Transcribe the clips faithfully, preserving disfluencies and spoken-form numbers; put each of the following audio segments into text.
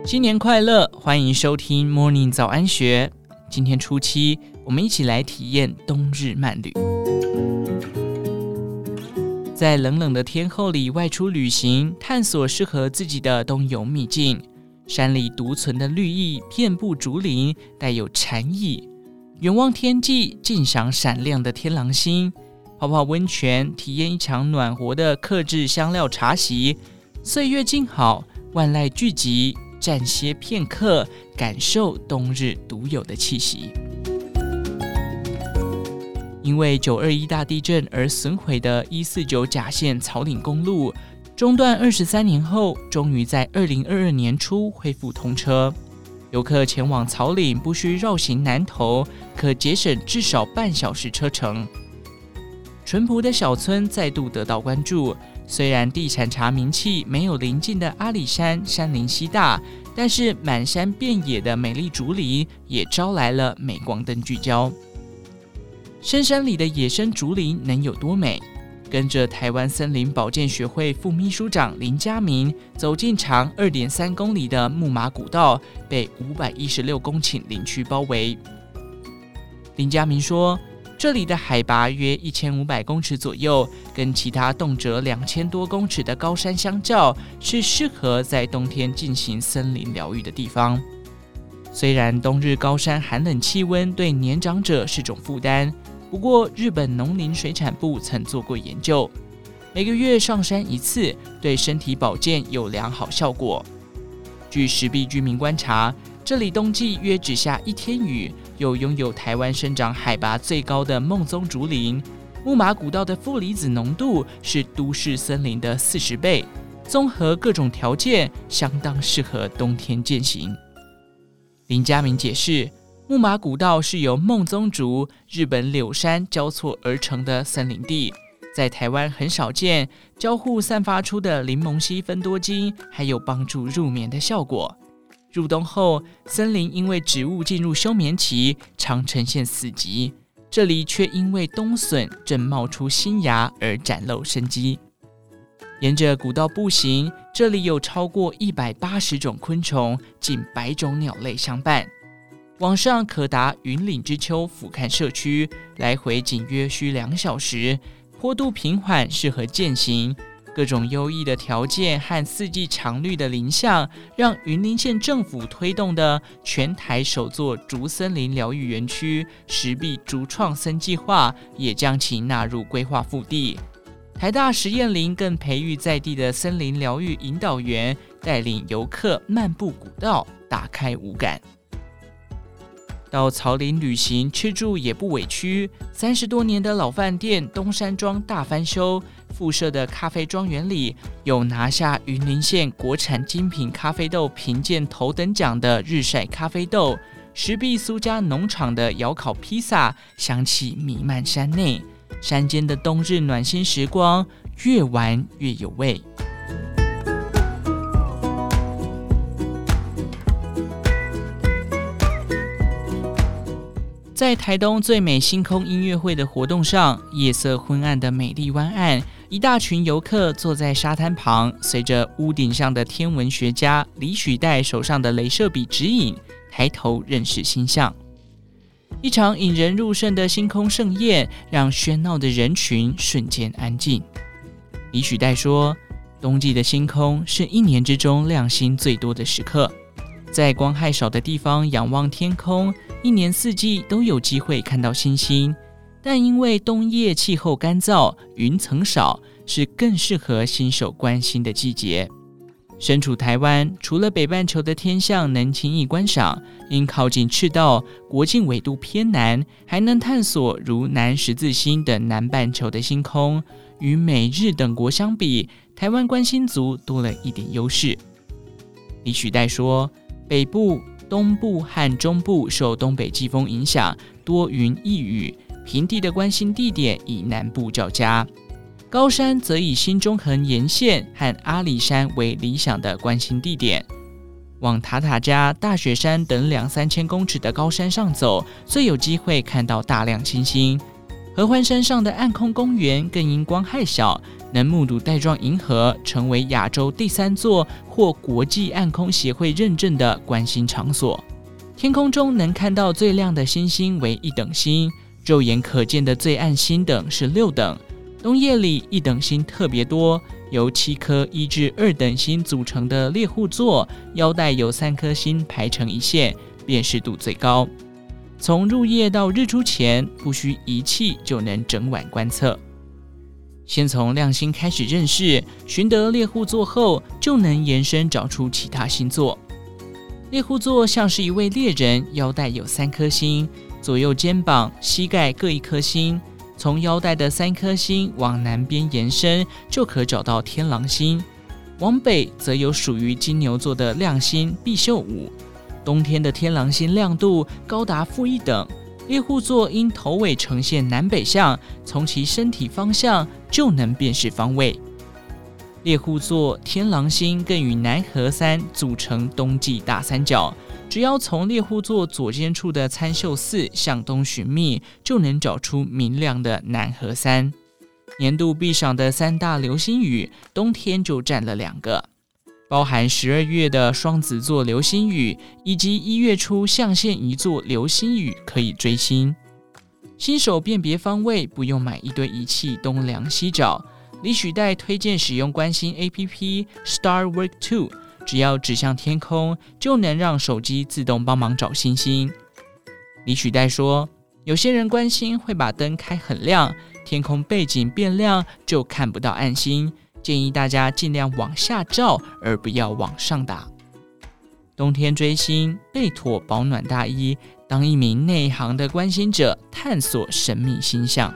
新年快乐，欢迎收听 Morning 早安学。今天初七，我们一起来体验冬日慢旅。在冷冷的天候里外出旅行，探索适合自己的冬游秘境。山里独存的绿意遍布竹林，带有禅意。远望天际，尽赏闪亮的天狼星。泡泡温泉，体验一场暖和的客制香料茶席。岁月静好，万籁俱寂，暂歇片刻，感受冬日独有的气息。因为九二一大地震而损毁的一四九甲线草岭公路，中断二十三年后，终于在二零二二年初恢复通车。游客前往草岭不需绕行南投，可节省至少半小时车程。淳朴的小村再度得到关注，虽然地产茶名气没有邻近的阿里山山林溪大，但是满山遍野的美丽竹林也招来了镁光灯聚焦。深山里的野生竹林能有多美？跟着台湾森林保健学会副秘书长林家明走进长 二点三公里的木马古道，被五百一十六公顷林区包围。林家明说，这里的海拔约一千五百公尺左右，跟其他动辄两千多公尺的高山相较，是适合在冬天进行森林疗愈的地方。虽然冬日高山寒冷气温对年长者是种负担，不过日本农林水产部曾做过研究，每个月上山一次，对身体保健有良好效果。据石壁居民观察，这里冬季约只下一天雨，又拥有台湾生长海拔最高的孟宗竹林，木马古道的负离子浓度是都市森林的四十倍，综合各种条件，相当适合冬天健行。林家明解释，木马古道是由孟宗竹、日本柳杉交错而成的森林地，在台湾很少见，交互散发出的柠檬烯芬多精还有帮助入眠的效果。入冬后，森林因为植物进入休眠期，常呈现死寂，这里却因为冬笋正冒出新芽而展露生机。沿着古道步行，这里有超过一百八十种昆虫，近百种鸟类相伴。往上可达云岭之丘俯瞰社区，来回仅约需两小时，坡度平缓，适合健行。各种优异的条件和四季常绿的林相，让云林县政府推动的全台首座竹森林疗愈园区石壁竹创森计划，也将其纳入规划腹地。台大实验林更培育在地的森林疗愈引导员，带领游客漫步古道，打开五感。到草岭旅行，吃住也不委屈。三十多年的老饭店东山庄大翻修，附设的咖啡庄园里，有拿下云林县国产精品咖啡豆评鉴头等奖的日晒咖啡豆，石壁苏家农场的窑烤披萨，香气弥漫山内。山间的冬日暖心时光，越玩越有味。在台东最美星空音乐会的活动上，夜色昏暗的美丽湾岸，一大群游客坐在沙滩旁，随着屋顶上的天文学家李许岱手上的雷射笔指引，抬头认识星象。一场引人入胜的星空盛宴，让喧闹的人群瞬间安静。李许岱说，冬季的星空是一年之中亮星最多的时刻，在光害少的地方仰望天空，一年四季都有机会看到星星，但因为冬夜气候干燥，云层少，是更适合新手观星的季节。身处台湾，除了北半球的天象能轻易观赏，因靠近赤道，国境纬度偏南，还能探索如南十字星等南半球的星空。与美日等国相比，台湾观星族多了一点优势。李许岱说，北部、东部和中部受东北季风影响，多云易雨，平地的观星地点以南部较佳。高山则以新中横沿线和阿里山为理想的观星地点。往塔塔加、大雪山等两三千公尺的高山上走，最有机会看到大量星星。 合欢山上的暗空公园更因光害小，能目睹带状银河，成为亚洲第三座获国际暗空协会认证的观星场所。天空中能看到最亮的星星为一等星，肉眼可见的最暗星等是六等。冬夜里一等星特别多，由七颗一至二等星组成的猎户座，腰带有三颗星排成一线，辨识度最高。从入夜到日出前，不需仪器就能整晚观测。先从亮星开始认识，寻得猎户座后，就能延伸找出其他星座。猎户座像是一位猎人，腰带有三颗星，左右肩膀、膝盖各一颗星。从腰带的三颗星往南边延伸，就可找到天狼星。往北则有属于金牛座的亮星毕宿五。冬天的天狼星亮度高达负一等，猎户座因头尾呈现南北向，从其身体方向就能辨识方位。猎户座、天狼星更与南河三组成冬季大三角，只要从猎户座左肩处的参宿四向东寻觅，就能找出明亮的南河三。年度必赏的三大流星雨，冬天就占了两个，包含十二月的双子座流星雨，以及一月初象限一座流星雨可以追星。新手辨别方位不用买一堆仪器东量西找，李许代推荐使用观星 A P P Starwork 二，只要指向天空，就能让手机自动帮忙找星星。李许代说，有些人观星会把灯开很亮，天空背景变亮就看不到暗星，建议大家尽量往下照，而不要往上打。冬天追星，备妥保暖大衣，当一名内行的观星者，探索神秘星象。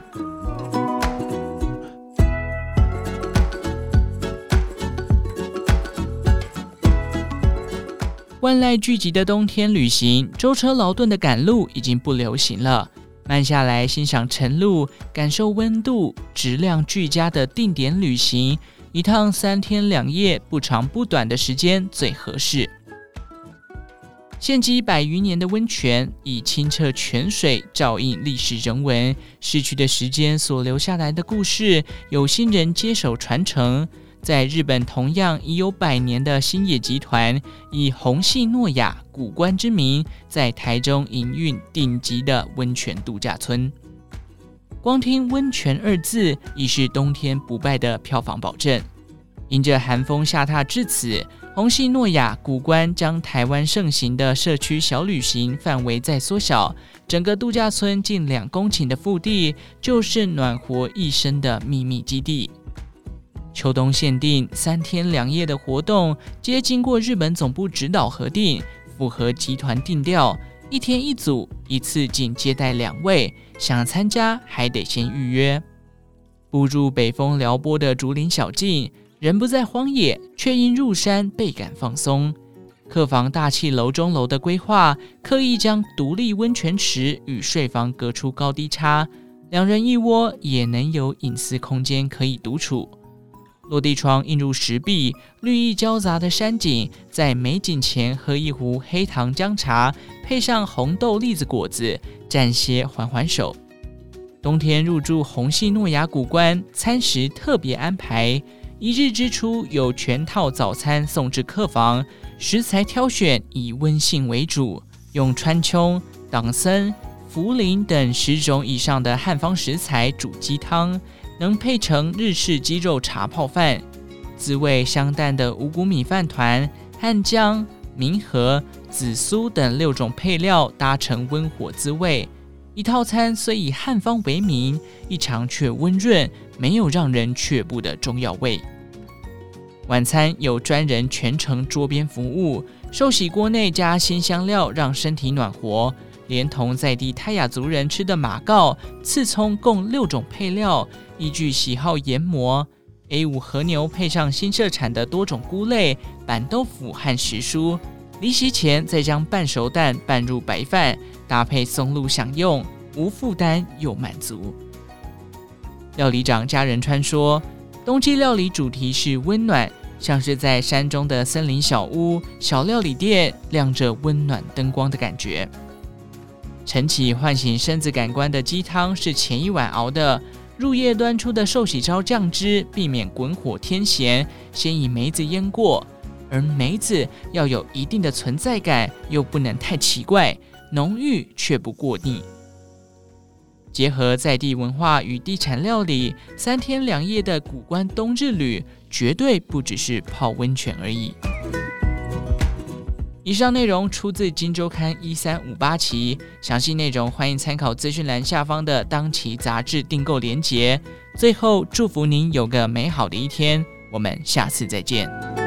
万籁俱寂的冬天旅行，舟车劳顿的赶路已经不流行了。慢下来欣赏晨露，感受温度、质量俱佳的定点旅行，一趟三天两夜不长不短的时间最合适。献积百余年的温泉，以清澈泉水照映历史人文，逝去的时间所留下来的故事，有心人接手传承。在日本同样已有百年的星野集团，以虹系诺亚古关之名，在台中营运顶级的温泉度假村。光听温泉二字，已是冬天不败的票房保证。迎着寒风下榻至此，虹系诺亚古关将台湾盛行的社区小旅行范围再缩小，整个度假村近两公顷的腹地，就是暖和一生的秘密基地。秋冬限定三天两夜的活动，皆经过日本总部指导核定，符合集团定调，一天一组，一次仅接待两位，想参加还得先预约。步入北风撩拨的竹林小径，人不在荒野，却因入山倍感放松。客房大气楼中楼的规划，刻意将独立温泉池与睡房隔出高低差，两人一窝也能有隐私空间可以独处。落地窗映入石壁，绿意交杂的山景，在美景前喝一壶黑糖姜茶，配上红豆栗子果子，暂歇缓缓手。冬天入住虹系诺亚古关，餐食特别安排，一日之初有全套早餐送至客房，食材挑选以温性为主，用川芎、党参、茯苓等十种以上的汉方食材煮鸡汤，能配成日式鸡肉茶泡饭，滋味香淡的五谷米饭团和姜、明和、紫苏等六种配料搭成温火滋味。一套餐虽以汉方为名，一尝却温润，没有让人却步的中药味。晚餐有专人全程桌边服务，寿喜锅内加新香料，让身体暖和。连同在地泰雅族人吃的马告、刺葱共六种配料，依据喜好研磨。A 五 和牛配上新社产的多种菇类、板豆腐和时蔬，离席前再将半熟蛋拌入白饭，搭配松露享用，无负担又满足。料理长家仁川说，冬季料理主题是温暖，像是在山中的森林小屋、小料理店，亮着温暖灯光的感觉。 晨起唤醒身子感官的鸡汤是前一晚熬的，入夜端出的寿喜烧酱汁避免滚火添咸，先以梅子腌过，而梅子要有一定的存在感，又不能太奇怪，浓郁却不过腻。结合在地文化与地产料理，三天两夜的古关冬日旅绝对不只是泡温泉而已。以上内容出自《今周刊》一三五八期，详细内容欢迎参考资讯栏下方的当期杂志订购连结。最后，祝福您有个美好的一天，我们下次再见。